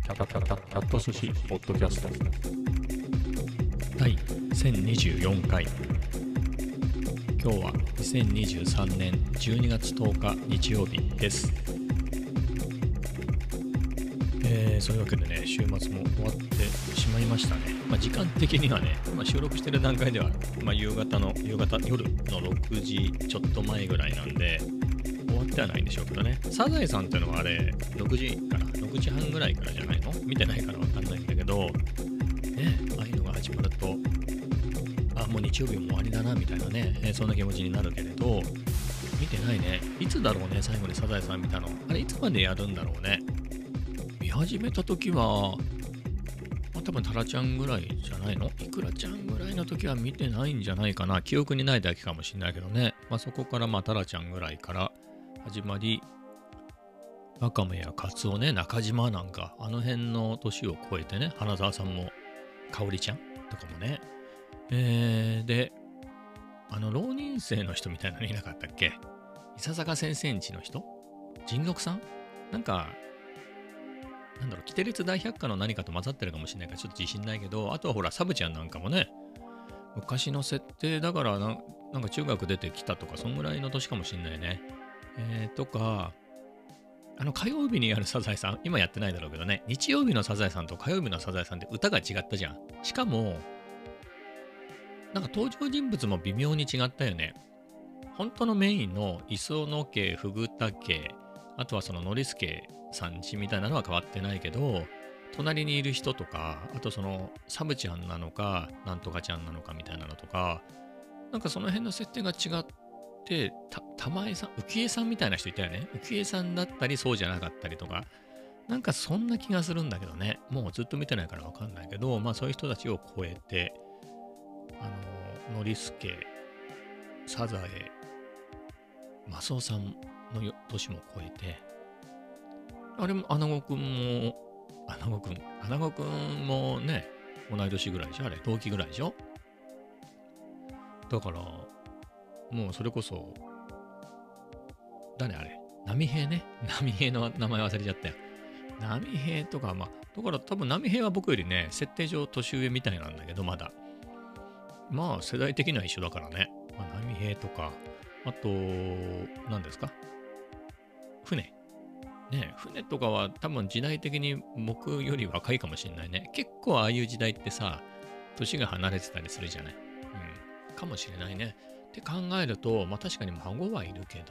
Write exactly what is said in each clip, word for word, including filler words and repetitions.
キャキャキャキャキャット寿司ポッドキャスト第せんにじゅうよんかい。今日はにせんにじゅうさんねんじゅうにがつとおか日曜日です。えー、そういうわけでね、週末も終わってしまいましたね。まあ、時間的にはね、まあ、収録してる段階では、まあ、夕方の夕方夜のろくじちょっと前ぐらいなんで終わってはないんでしょうけどね。サザエさんってのはあれろくじかなろくじはんぐらいからじゃないの？見てないからわかんないんだけどね、ああいうのが始まるとあもう日曜日も終わりだなみたいなね、えー、そんな気持ちになるけれど、見てないね。いつだろうね、最後にサザエさん見たの。あれいつまでやるんだろうね。見始めた時は、まあ、多分タラちゃんぐらいじゃないの？イクラちゃんぐらいの時は見てないんじゃないかな。記憶にないだけかもしれないけどね。まあ、そこからまあタラちゃんぐらいから始まり、ワカメやカツオね、中島なんか、あの辺の年を超えてね、花澤さんも、かおりちゃんとかもね、えー、で、あの浪人生の人みたいなのいなかったっけ？伊佐坂先生んちの人？仁六さん？なんか、なんだろう、キテレツ大百科の何かと混ざってるかもしれないからちょっと自信ないけど、あとはほら、サブちゃんなんかもね、昔の設定だからな、なんか中学出てきたとか、そんぐらいの年かもしれないね。えー、とか、あの火曜日にやるサザエさん、今やってないだろうけどね、日曜日のサザエさんと火曜日のサザエさんって歌が違ったじゃん。しかも、なんか登場人物も微妙に違ったよね。本当のメインの磯野家、フグ田家、あとはそのノリスケさんちみたいなのは変わってないけど、隣にいる人とか、あとそのサブちゃんなのか、なんとかちゃんなのかみたいなのとか、なんかその辺の設定が違って、た、玉江さん、浮江さんみたいな人いたよね。浮江さんだったりそうじゃなかったりとか、なんかそんな気がするんだけどね。もうずっと見てないからわかんないけど、まあそういう人たちを超えて、あの、ノリスケ、サザエ、マスオさんのよ年も超えて、あれも、アナゴくんも、アナゴくん、アナゴくんもね、同い年ぐらいでしょ？あれ、同期ぐらいでしょ？だから、もうそれこそ、誰あれ？波平ね。波平の名前忘れちゃったよ。波平とか、まあ、だから多分波平は僕よりね、設定上年上みたいなんだけど、まだ。まあ、世代的には一緒だからね。まあ、波平とか、あと、何ですか？船。ね、船とかは多分時代的に僕より若いかもしれないね。結構ああいう時代ってさ、年が離れてたりするじゃない。うん。かもしれないね。って考えると、まあ確かに孫はいるけど、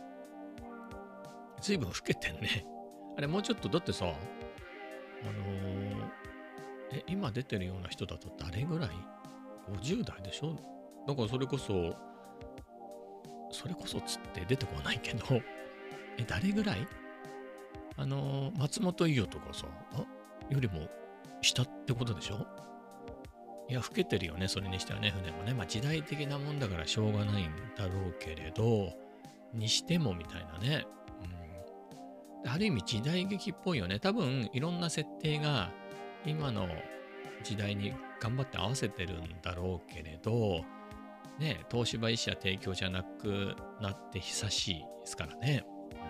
随分老けてんね。あれもうちょっと、だってさ、あのー、え、今出てるような人だと誰ぐらい？ ごじゅう 代でしょ？だからそれこそ、それこそつって出てこないけど、え、誰ぐらい？あのー、松本伊代とかさ、あよりも下ってことでしょ？いや、老けてるよね、それにしてはね、船もね。まあ時代的なもんだからしょうがないんだろうけれど、にしてもみたいなね。うん、ある意味時代劇っぽいよね。多分いろんな設定が今の時代に頑張って合わせてるんだろうけれど、ね、東芝医者提供じゃなくなって久しいですからね。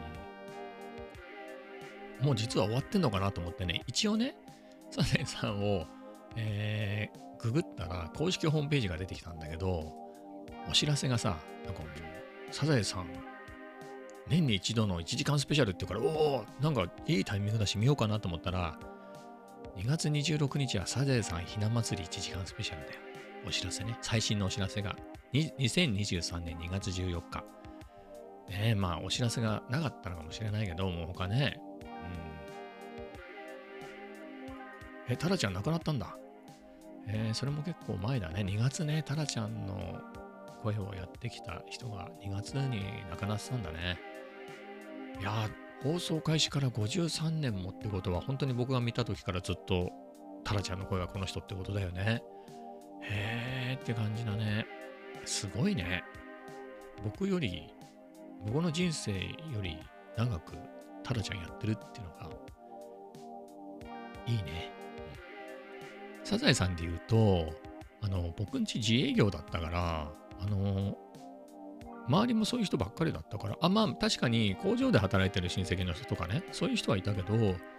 もう実は終わってんのかなと思ってね、一応ね、サザエさんを、えー、ググったら公式ホームページが出てきたんだけど、お知らせがさ、なんかもう、サザエさん、年に一度のいちじかんスペシャルって言うから、おー、なんかいいタイミングだし見ようかなと思ったら、にがつにじゅうろくにちはサザエさんひな祭りいちじかんスペシャルだよ。お知らせね、最新のお知らせが、にせんにじゅうさんねんにがつじゅうよっか。ねえ、まあお知らせがなかったのかもしれないけど、もう他ね、え、タラちゃん亡くなったんだ。えー、それも結構前だね。にがつね、タラちゃんの声をやってきた人がにがつに亡くなってたんだね。いやー、放送開始からごじゅうさんねんもってことは、本当に僕が見た時からずっとタラちゃんの声はこの人ってことだよね。へーって感じだね。すごいね。僕より、僕の人生より長くタラちゃんやってるっていうのが、いいね。サザエさんで言うと、あの、僕んち自営業だったから、あの、周りもそういう人ばっかりだったから、あ、まあ確かに工場で働いてる親戚の人とかね、そういう人はいたけど、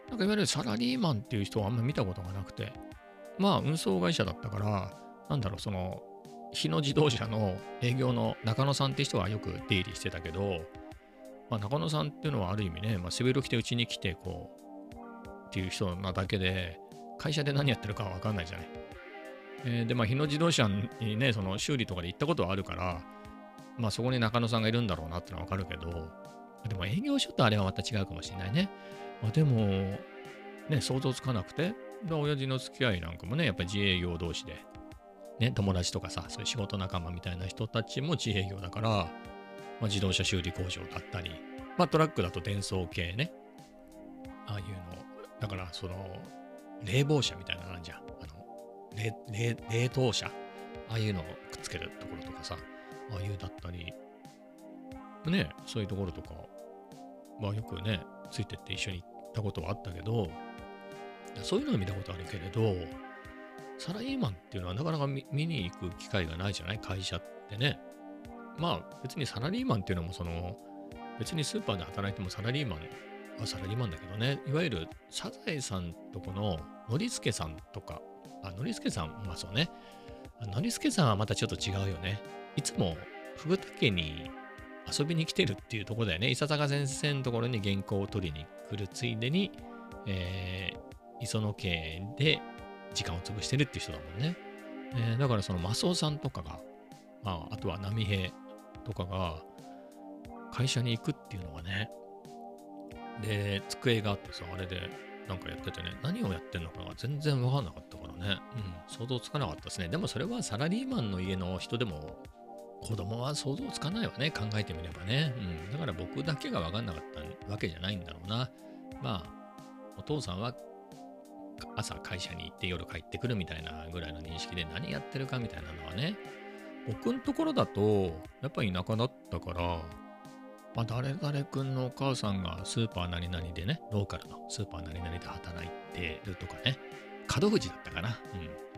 なんかいわゆるサラリーマンっていう人はあんまり見たことがなくて、まあ運送会社だったから、なんだろう、その、日野自動車の営業の中野さんって人はよく出入りしてたけど、まあ、中野さんっていうのはある意味ね、まあ、背広着てうちに来て、こう、っていう人なだけで、会社で何やってるかはわかんないじゃない。えーで、まあ、日野自動車にね、その修理とかで行ったことはあるから、まあ、そこに中野さんがいるんだろうなってのはわかるけど、でも営業所とあれはまた違うかもしれないね。まあ、でも、ね、想像つかなくて、で親父の付き合いなんかもね、やっぱり自営業同士で、ね、友達とかさ、そういう仕事仲間みたいな人たちも自営業だから、まあ、自動車修理工場だったり、まあ、トラックだと伝送系ね、ああいうの、だからその、冷房車みたいなのあるじゃん。あの冷冷冷凍車、ああいうのをくっつけるところとかさ、ああいうだったり、ね、そういうところとか、まあよくね、ついてって一緒に行ったことはあったけど、そういうのを見たことあるけれど、サラリーマンっていうのはなかなか 見, 見に行く機会がないじゃない、会社ってね。まあ別にサラリーマンっていうのもその、別にスーパーで働いてもサラリーマンはサラリーマンだけどね、いわゆるサザエさんとこのノリスケさんとか、あ、ノリスケさん、まあそうね。ノリスケさんはまたちょっと違うよね。いつもフグタ家に遊びに来てるっていうところだよね。伊佐坂先生のところに原稿を取りに来るついでに、えー、磯野家で時間を潰してるっていう人だもんね。えー、だからそのマスオさんとかが、まあ、あとは波平とかが会社に行くっていうのがね、で、机があってさ、あれでなんかやっててね、何をやってんのかが全然わかんなかったからね、うん、想像つかなかったですね。でもそれはサラリーマンの家の人でも、子供は想像つかないわね、考えてみればね。うん、だから僕だけがわかんなかったわけじゃないんだろうな。まあ、お父さんは朝会社に行って夜帰ってくるみたいなぐらいの認識で何やってるかみたいなのはね、僕のところだと、やっぱり田舎だったから、まあ、誰々君のお母さんがスーパー何々でね、ローカルのスーパー何々で働いてるとかね、門藤だったかな。うん。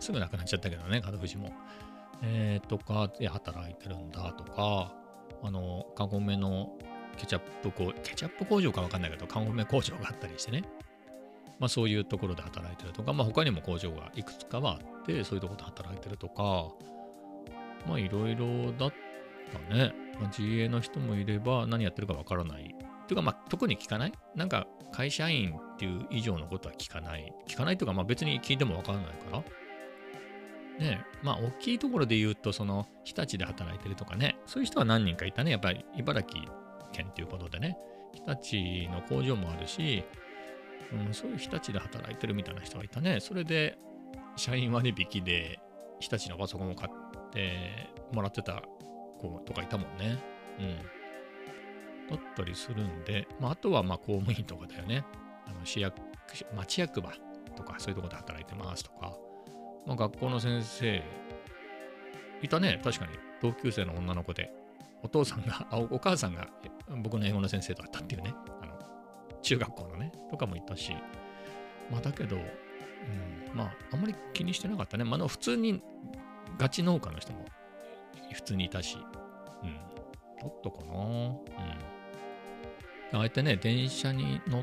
すぐなくなっちゃったけどね、門藤も。えー、とかで働いてるんだとか、あの、カゴメのケチャップ工、ケチャップ工場かわかんないけど、カゴメ工場があったりしてね。まあそういうところで働いてるとか、まあ他にも工場がいくつかはあって、そういうところで働いてるとか、まあいろいろだったね。まあ、自営の人もいれば何やってるかわからない。っていうかまあ特に聞かない。なんか会社員っていう以上のことは聞かない。聞かないというかまあ別に聞いてもわからないから。ね、まあ大きいところで言うと、その日立で働いてるとかね、そういう人は何人かいたね。やっぱり茨城県っていうことでね、日立の工場もあるし、うん、そういう日立で働いてるみたいな人がいたね。それで社員割引で日立のパソコンを買ってもらってた子とかいたもんね。うん。だったりするんで、まああとはまあ公務員とかだよね。あの市役、町役場とかそういうところで働いてますとか。まあ、学校の先生、いたね、確かに。同級生の女の子で、お父さんが、あお母さんが僕の英語の先生だったっていうね、あの中学校のね、とかもいたし、まあだけど、うん、まああんまり気にしてなかったね。まあ普通にガチ農家の人も普通にいたし、うん、だったかな。うん。ああやってね、電車に乗って、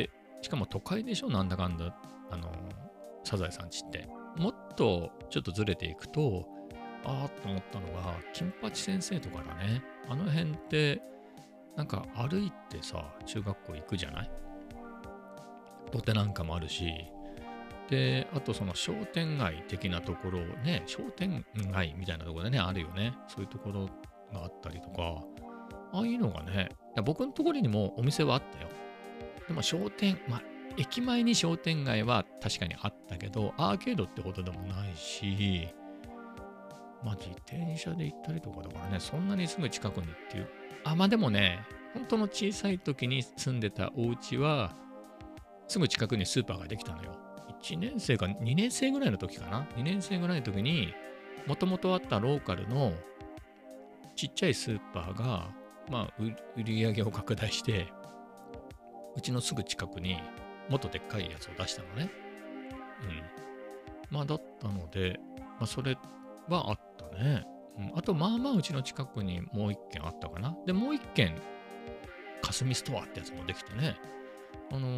しかも都会でしょ、なんだかんだ、あの、サザエさんちって。もっとちょっとずれていくと、ああと思ったのが、金八先生とかだね。あの辺って、なんか歩いてさ、中学校行くじゃない？土手なんかもあるし、で、あとその商店街的なところね、商店街みたいなところでね、あるよね。そういうところがあったりとか、ああいうのがね、いや僕のところにもお店はあったよ。でも商店、まあ、駅前に商店街は確かにあったけど、アーケードってことでもないし、まあ自転車で行ったりとかだからね、そんなにすぐ近くにっていう。あ、まあでもね、本当の小さい時に住んでたお家は、すぐ近くにスーパーができたのよ。いちねん生かにねん生ぐらいの時かな。にねん生ぐらいの時に、もともとあったローカルのちっちゃいスーパーが、まあ売り上げを拡大して、うちのすぐ近くにもっとでっかいやつを出したのね。うん。まあだったので、まあそれはあったね。うん、あとまあまあうちの近くにもう一軒あったかな。で、もう一軒、霞ストアってやつもできてね。あの、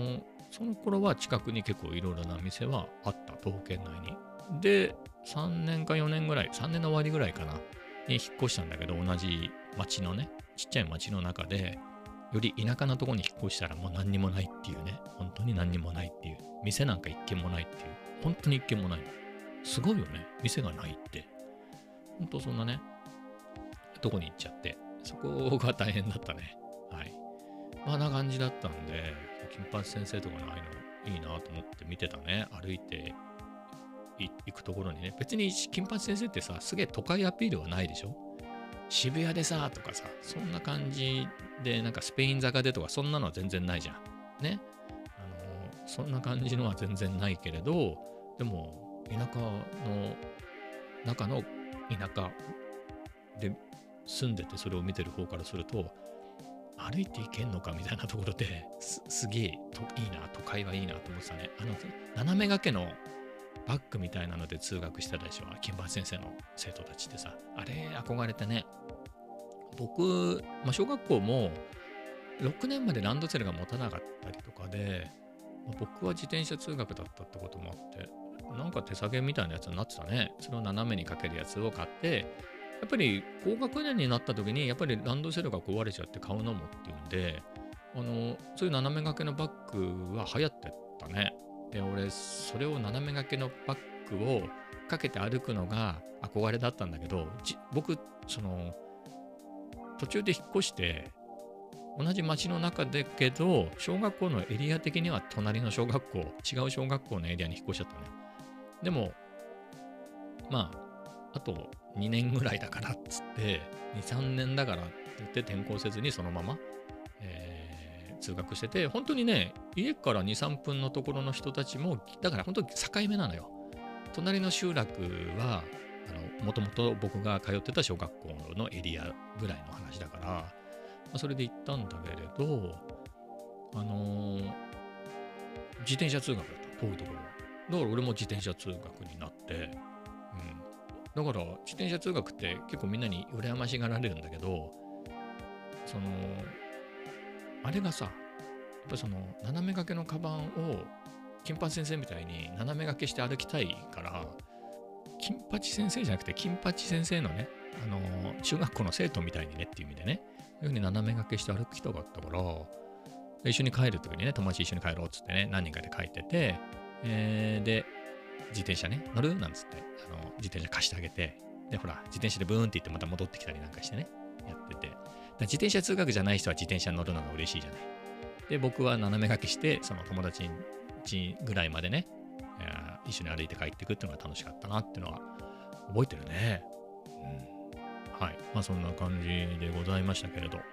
その頃は近くに結構いろいろな店はあった、東北県内に。で、さんねんかよねんぐらい、さんねんの終わりぐらいかな、に引っ越したんだけど、同じ町のね、ちっちゃい町の中で、より田舎なところに引っ越したらもう何にもないっていうね、本当に何にもないっていう、店なんか一軒もないっていう、本当に一軒もない。すごいよね、店がないって。本当そんなね、とこに行っちゃって、そこが大変だったね。はい。まあな感じだったんで、金八先生とかのああいうのいいなと思って見てたね。歩いて行くところにね。別に金八先生ってさ、すげえ都会アピールはないでしょ。渋谷でさ、とかさ、そんな感じで、なんかスペイン坂でとか、そんなのは全然ないじゃん。ね。あの、そんな感じのは全然ないけれど、でも、田舎の中の田舎で住んでてそれを見てる方からすると、歩いて行けんのかみたいなところですすげえといいな、都会はいいなと思ってたね。あの斜め掛けのバッグみたいなので通学してたでしょ、金八先生の生徒たちってさ。あれ憧れてね。僕、まあ、小学校もろくねんまでランドセルが持たなかったりとかで、まあ、僕は自転車通学だったってこともあって、なんか手提げみたいなやつになってたね。それを斜めにかけるやつを買って、やっぱり高学年になった時にやっぱりランドセルが壊れちゃって買うのもっていうんで、あのそういう斜め掛けのバッグは流行ってたね。で俺それを斜め掛けのバッグをかけて歩くのが憧れだったんだけど、僕その途中で引っ越して同じ町の中でけど小学校のエリア的には隣の小学校、違う小学校のエリアに引っ越しちゃったね。でもまああとにねんぐらいだからっつって、に、さんねんだからって言って転校せずにそのまま、えー、通学してて、本当にね、家からに、さんぷんのところの人たちも、だから本当に境目なのよ。隣の集落は、もともと僕が通ってた小学校のエリアぐらいの話だから、まあ、それで行ったんだけれど、あのー、自転車通学だった、遠いところ。だから俺も自転車通学になって、うんだから自転車通学って結構みんなに羨ましがられるんだけど、そのあれがさ、やっぱりその斜め掛けのカバンを金八先生みたいに斜め掛けして歩きたいから、金八先生じゃなくて金八先生のね、あのー、中学校の生徒みたいにねっていう意味でね、そういうふうに斜め掛けして歩きたかったから、一緒に帰るときにね、友達一緒に帰ろうっつってね、何人かで帰ってて、えー、で、自転車ね、乗るなんつって、あの、自転車貸してあげて、で、ほら、自転車でブーンって言ってまた戻ってきたりなんかしてね、やってて。自転車通学じゃない人は自転車に乗るのが嬉しいじゃない。で、僕は斜め掛けして、その友達ん家ぐらいまでね、一緒に歩いて帰っていくっていうのが楽しかったなっていうのは覚えてるね。うん。はい。まあそんな感じでございましたけれど。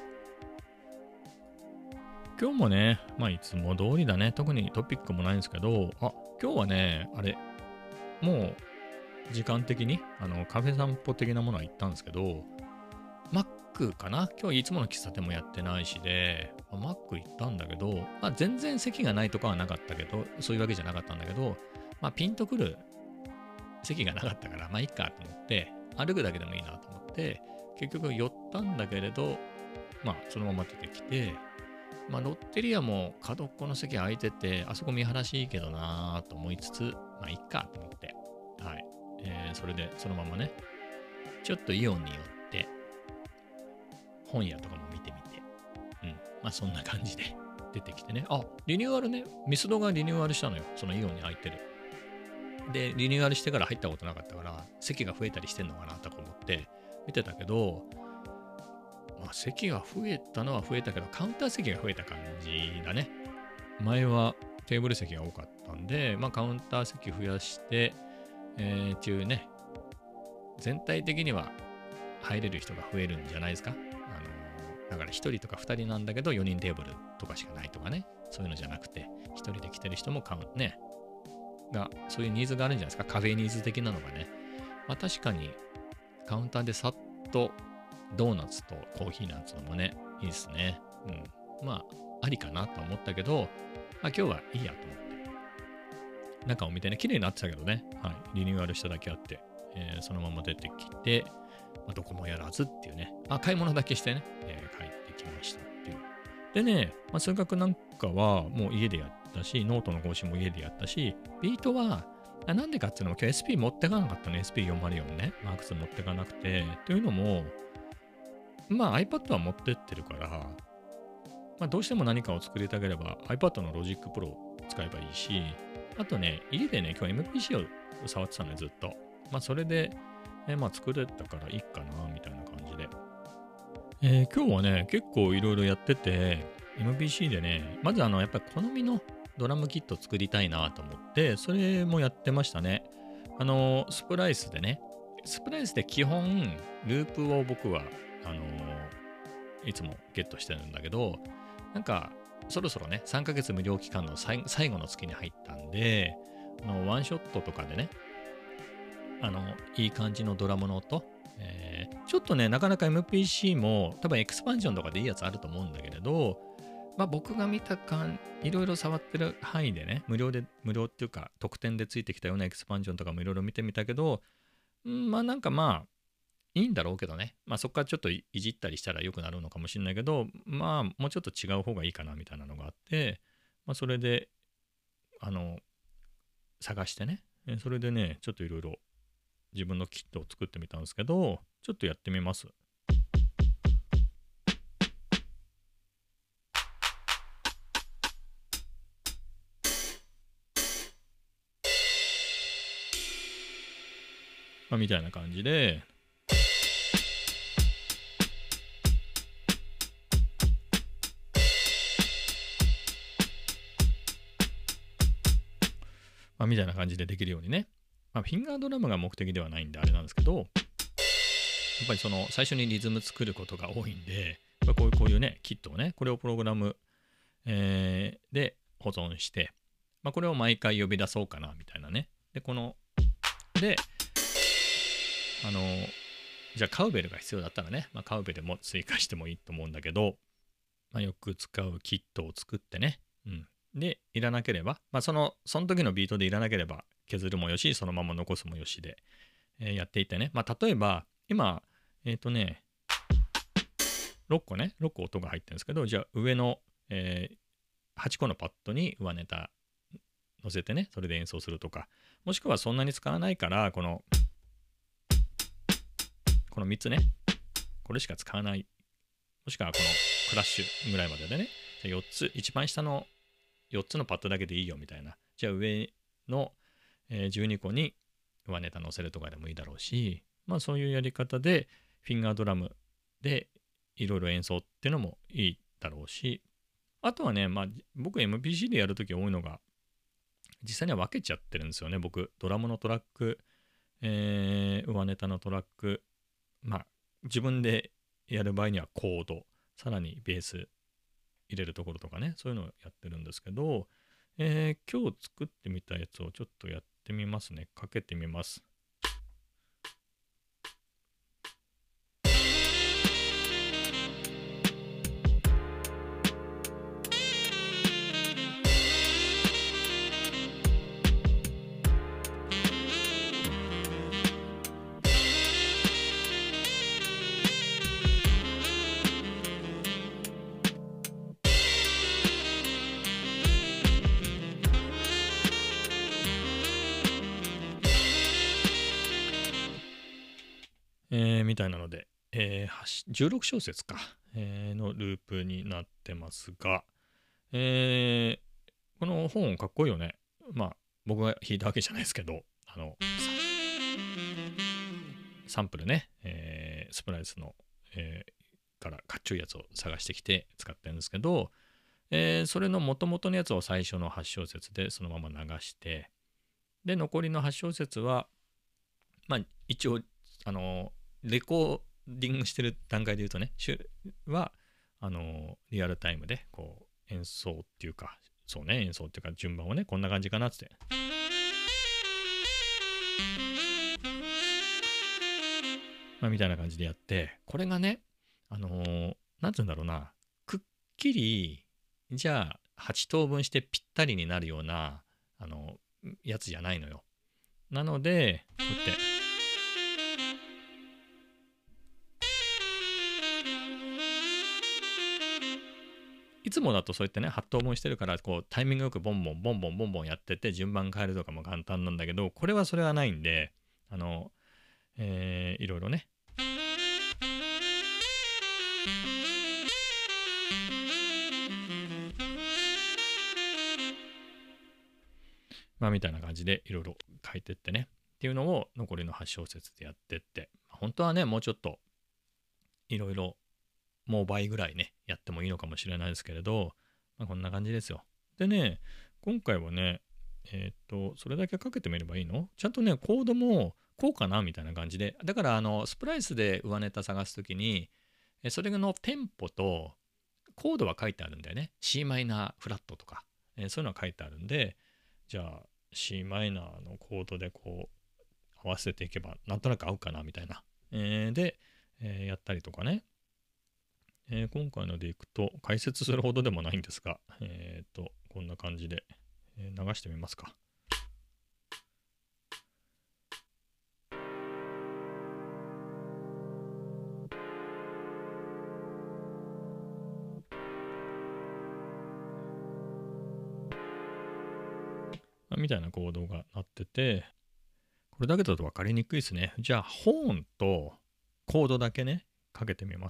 今日もね、まあいつも通りだね。特にトピックもないんですけど、あ、今日はね、あれ、もう時間的にあのカフェ散歩的なものは行ったんですけど、マックかな？今日いつもの喫茶店もやってないしで、まあ、マック行ったんだけど、まあ、全然席がないとかはなかったけど、そういうわけじゃなかったんだけど、まあ、ピンとくる席がなかったから、まあいいかと思って、歩くだけでもいいなと思って、結局寄ったんだけれど、まあそのまま出てきて、まあ、ロッテリアも角っこの席空いてて、あそこ見晴らしいいけどなぁと思いつつ、まあ、いっかと思って、はい。えー、それで、そのままね、ちょっとイオンに寄って、本屋とかも見てみて、うん。まあ、そんな感じで出てきてね。あ、リニューアルね、ミスドがリニューアルしたのよ。そのイオンに空いてる。で、リニューアルしてから入ったことなかったから、席が増えたりしてんのかなとか思って見てたけど、まあ、席が増えたのは増えたけど、カウンター席が増えた感じだね。前はテーブル席が多かったんで、まあ、カウンター席増やして、えー、っていうね、全体的には入れる人が増えるんじゃないですか。あのー、だからひとりとかふたりなんだけど、よにんテーブルとかしかないとかね、そういうのじゃなくて、ひとりで来てる人もカウンね、が、そういうニーズがあるんじゃないですか。カフェニーズ的なのがね。まあ、確かに、カウンターでさっと、ドーナツとコーヒーなんつうのもね、いいですね。うん。まあ、ありかなと思ったけど、まあ今日はいいやと思って。中を見てね、綺麗になってたけどね。はい。リニューアルしただけあって、えー、そのまま出てきて、まあ、どこもやらずっていうね。あ、買い物だけしてね、えー、帰ってきましたっていう。でね、まあ、数学なんかはもう家でやっったし、ノートの更新も家でやったし、ビートは、なんでかっていうのも今日 エスピー 持ってかなかったの、エスピーよんまるよん ね。マークス持ってかなくて。というのも、まあ iPad は持ってってるから、まあどうしても何かを作りたければ iPad の Logic Pro を使えばいいし、あとね、家でね、今日 エムピーシー を触ってたのね、ずっと。まあそれで、えまあ作れたからいいかな、みたいな感じで。えー、今日はね、結構いろいろやってて、エムピーシー でね、まずあの、やっぱり好みのドラムキット作りたいなと思って、それもやってましたね。あの、スプライスでね、スプライスで基本、ループを僕は、あのー、いつもゲットしてるんだけど、なんか、そろそろね、さんかげつ無料期間の最後の月に入ったんで、あのワンショットとかでね、あの、いい感じのドラムの音、えー、ちょっとね、なかなか エムピーシー も、多分エクスパンジョンとかでいいやつあると思うんだけれど、まあ僕が見た感、いろいろ触ってる範囲でね、無料で、無料っていうか、特典でついてきたようなエクスパンジョンとかもいろいろ見てみたけど、んまあなんかまあ、いいんだろうけどね。まあそこからちょっといじったりしたら良くなるのかもしれないけど、まあもうちょっと違う方がいいかなみたいなのがあって、まあそれで、あの、探してね、それでね、ちょっといろいろ自分のキットを作ってみたんですけど、ちょっとやってみます。まあ、みたいな感じで、まあ、みたいな感じでできるようにね。まあ、フィンガードラムが目的ではないんであれなんですけど、やっぱりその最初にリズム作ることが多いんで、やっぱこういうこういうね、キットをね、これをプログラム、えー、で保存して、まあ、これを毎回呼び出そうかなみたいなね。で、この、で、あの、じゃあカウベルが必要だったらね、まあ、カウベルも追加してもいいと思うんだけど、まあ、よく使うキットを作ってね、うん。で、いらなければ、まあ、その、その時のビートでいらなければ削るもよし、そのまま残すもよしで、えー、やっていってね。まあ、例えば、今、えっとね、ろっこね、ろっこ音が入ってるんですけど、じゃあ上の、えー、はちこのパッドに上ネタ乗せてね、それで演奏するとか、もしくはそんなに使わないから、この、このみっつね、これしか使わない。もしくはこのクラッシュぐらいまででね、じゃあよっつ、一番下のよっつのパッドだけでいいよみたいな。じゃあ上のじゅうにこに上ネタ乗せるとかでもいいだろうし、まあそういうやり方でフィンガードラムでいろいろ演奏っていうのもいいだろうし、あとはね、まあ僕 エムピーシー でやるとき多いのが、実際には分けちゃってるんですよね、僕。ドラムのトラック、えー、上ネタのトラック、まあ自分でやる場合にはコード、さらにベース入れるところとかね、そういうのをやってるんですけど、えー、今日作ってみたやつをちょっとやってみますね。かけてみます。えー、みたいなので、えー、じゅうろくしょうせつか、えー、のループになってますが、えー、この本かっこいいよね。まあ、僕が弾いたわけじゃないですけど、あの、サンプルね、えー、スプライスの、えー、からかっちょいいやつを探してきて使ってるんですけど、えー、それの元々のやつを最初のはちしょうせつでそのまま流して、で、残りのはちしょうせつは、まあ、一応、あの、レコーディングしてる段階で言うとね、は、あの、リアルタイムで、こう、演奏っていうか、そうね、演奏っていうか、順番をね、こんな感じかなって。まあ、みたいな感じでやって、これがね、あのー、なんて言うんだろうな、くっきり、じゃあ、はちとうぶんしてぴったりになるような、あの、やつじゃないのよ。なので、こうやって、いつもだとそうやってねはち等分してるからこうタイミングよくボンボンボンボンボンボンやってて順番変えるとかも簡単なんだけど、これはそれはないんで、あの、えー、いろいろねまあみたいな感じでいろいろ書いてってねっていうのを残りのはち小節でやってって、本当はねもうちょっといろいろもう倍ぐらいねやってもいいのかもしれないですけれど、まあ、こんな感じですよ。でね今回はねえーっとそれだけかけてみればいいの？ちゃんとねコードもこうかなみたいな感じで、だからあのスプライスで上ネタ探すときにえそれのテンポとコードは書いてあるんだよね。 C マイナーフラットとか、えーそういうのは書いてあるんで、じゃあ C マイナーのコードでこう合わせていけばなんとなく合うかなみたいな、えーで、えーやったりとかね、えー今回のでいくと解説するほどでもないんですが、えっとこんな感じで、えー流してみますか。みたいなコードが鳴ってて、これだけだと分かりにくいですね。じゃあホーンとコードだけねかけてみます。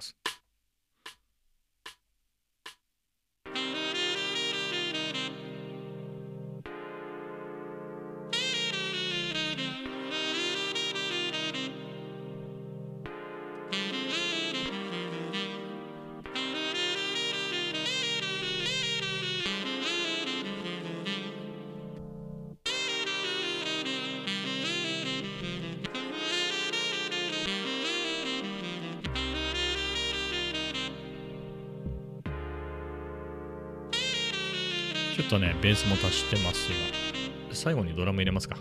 ちょっとねベースも足してますが、最後にドラム入れますか。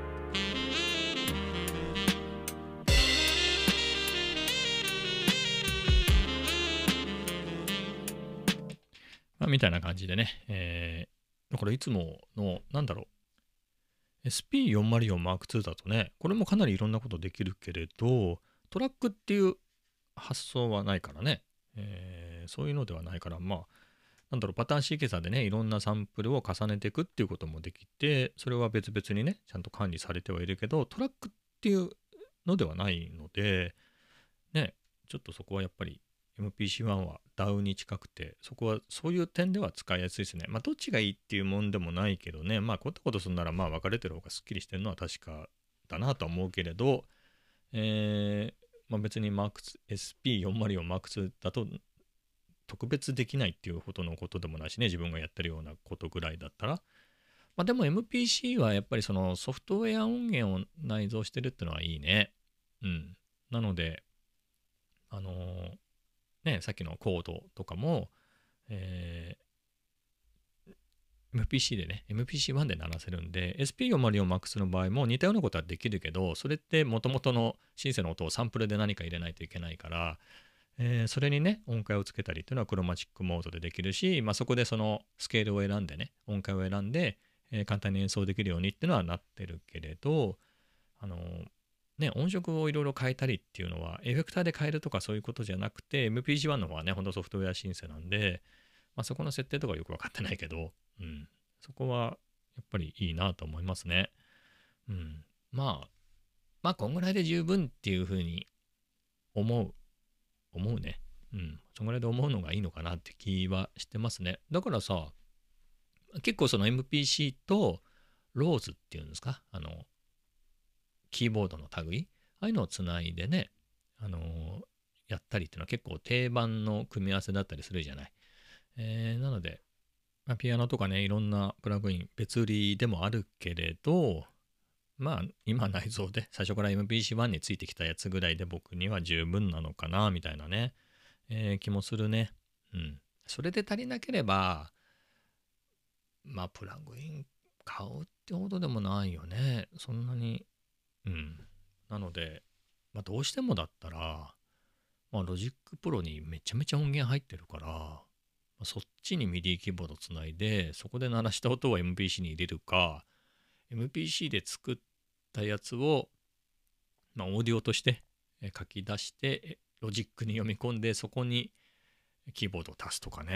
まあ、みたいな感じでね、えー、だからいつものなんだろう エスピーよんまるよんマークツー だとねこれもかなりいろんなことできるけれど、トラックっていう発想はないからね、えーそういうのではないから、まあなんだろうパターンシーケンサーでねいろんなサンプルを重ねていくっていうこともできて、それは別々にねちゃんと管理されてはいるけど、トラックっていうのではないのでね、ちょっとそこはやっぱり エムピーシーワン は ダウ に近くて、そこはそういう点では使いやすいですね。まあどっちがいいっていうもんでもないけどね、まあこんなことするならまあ分かれてる方がすっきりしてるのは確かだなとは思うけれど、えーまあ、別に エスピーよんまるよんマークツー だと特別できないっていうほどのことでもないしね、自分がやってるようなことぐらいだったら。まあでも エムピーシー はやっぱりそのソフトウェア音源を内蔵してるってのはいいね。うん。なので、あのーね、さっきのコードとかも、えー エムピーシー でね、エムピーシーワン で鳴らせるんで、エスピーよんまるよんマックス の場合も似たようなことはできるけど、それって元々のシンセの音をサンプルで何か入れないといけないから、えーそれにね、音階をつけたりっていうのはクロマチックモードでできるし、まあ、そこでそのスケールを選んでね、音階を選んで、えー簡単に演奏できるようにっていうのはなってるけれど、あのーね、音色をいろいろ変えたりっていうのは、エフェクターで変えるとかそういうことじゃなくて、エムピーシーワン の方はね、ほんとソフトウェアシンセなんで、まあ、そこの設定とかよくわかってないけど、うん、そこはやっぱりいいなと思いますね。うん、まあ、まあ、こんぐらいで十分っていうふうに思う。思うね。うん。そんぐらいで思うのがいいのかなって気はしてますね。だからさ、結構その エムピーシー とローズっていうんですか、あの、キーボードの類、ああいうのをつないでね、あのーやったりっていうのは結構定番の組み合わせだったりするじゃない。えーなので、まあ、ピアノとかね、いろんなプラグイン、別売りでもあるけれど、まあ、今内蔵で、最初から エムピーシーワン についてきたやつぐらいで僕には十分なのかな、みたいなね、えー気もするね。うん。それで足りなければ、まあ、プラグイン買うってほどでもないよね。そんなに。うん。なので、まあ、どうしてもだったら、まあ、ロジックプロにめちゃめちゃ音源入ってるから、まあ、そっちにミディキーボードつないで、そこで鳴らした音を エムピーシー に入れるか、エムピーシー で作ったやつを、まあ、オーディオとして書き出して、ロジックに読み込んで、そこにキーボードを足すとかね。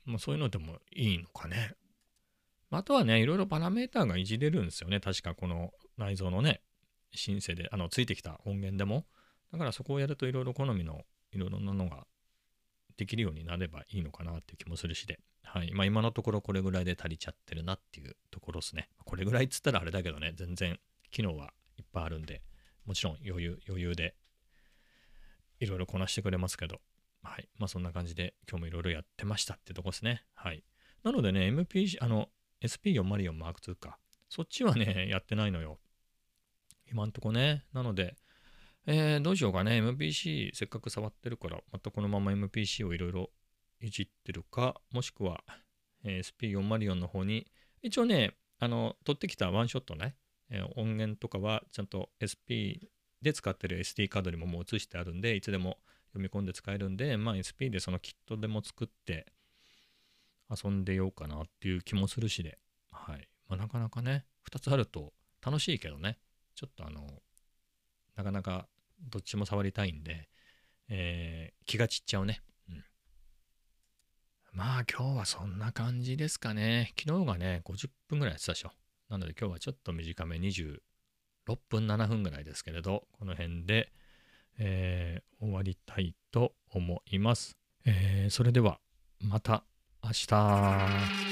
まあ、そういうのでもいいのかね。あとはね、いろいろパラメーターがいじれるんですよね。確かこの内蔵のね、シンセで、あの、ついてきた音源でも。だからそこをやるといろいろ好みのいろいろなのができるようになればいいのかなっていう気もするしで。はい。まあ今のところこれぐらいで足りちゃってるなっていうところですね。これぐらいっつったらあれだけどね、全然機能はいっぱいあるんで、もちろん余裕、余裕でいろいろこなしてくれますけど、はい。まあそんな感じで今日もいろいろやってましたってとこですね。はい。なのでね、エムピーシー、あの、エスピーよんまるよんマークツー か。そっちはね、やってないのよ。今んとこね。なので、えーどうしようかね。エムピーシー せっかく触ってるから、またこのまま エムピーシー をいろいろいじってるか、もしくは、えー エスピーよんまるよん の方に、一応ね、あの、取ってきたワンショットね、えー音源とかはちゃんと エスピー で使ってる エスディー カードにももう移してあるんで、いつでも読み込んで使えるんで、まあ エスピー でそのキットでも作って遊んでようかなっていう気もするしで、はい。まあ、なかなかね、ふたつあると楽しいけどね、ちょっとあの、なかなかどっちも触りたいんで、えー気が散っちゃうね。うん。まあ今日はそんな感じですかね。昨日がね、ごじゅっぷんぐらいやってたでしょ。なので今日はちょっと短めにじゅうろっぷんななふんぐらいですけれど、この辺で、えー終わりたいと思います。えーそれではまた明日。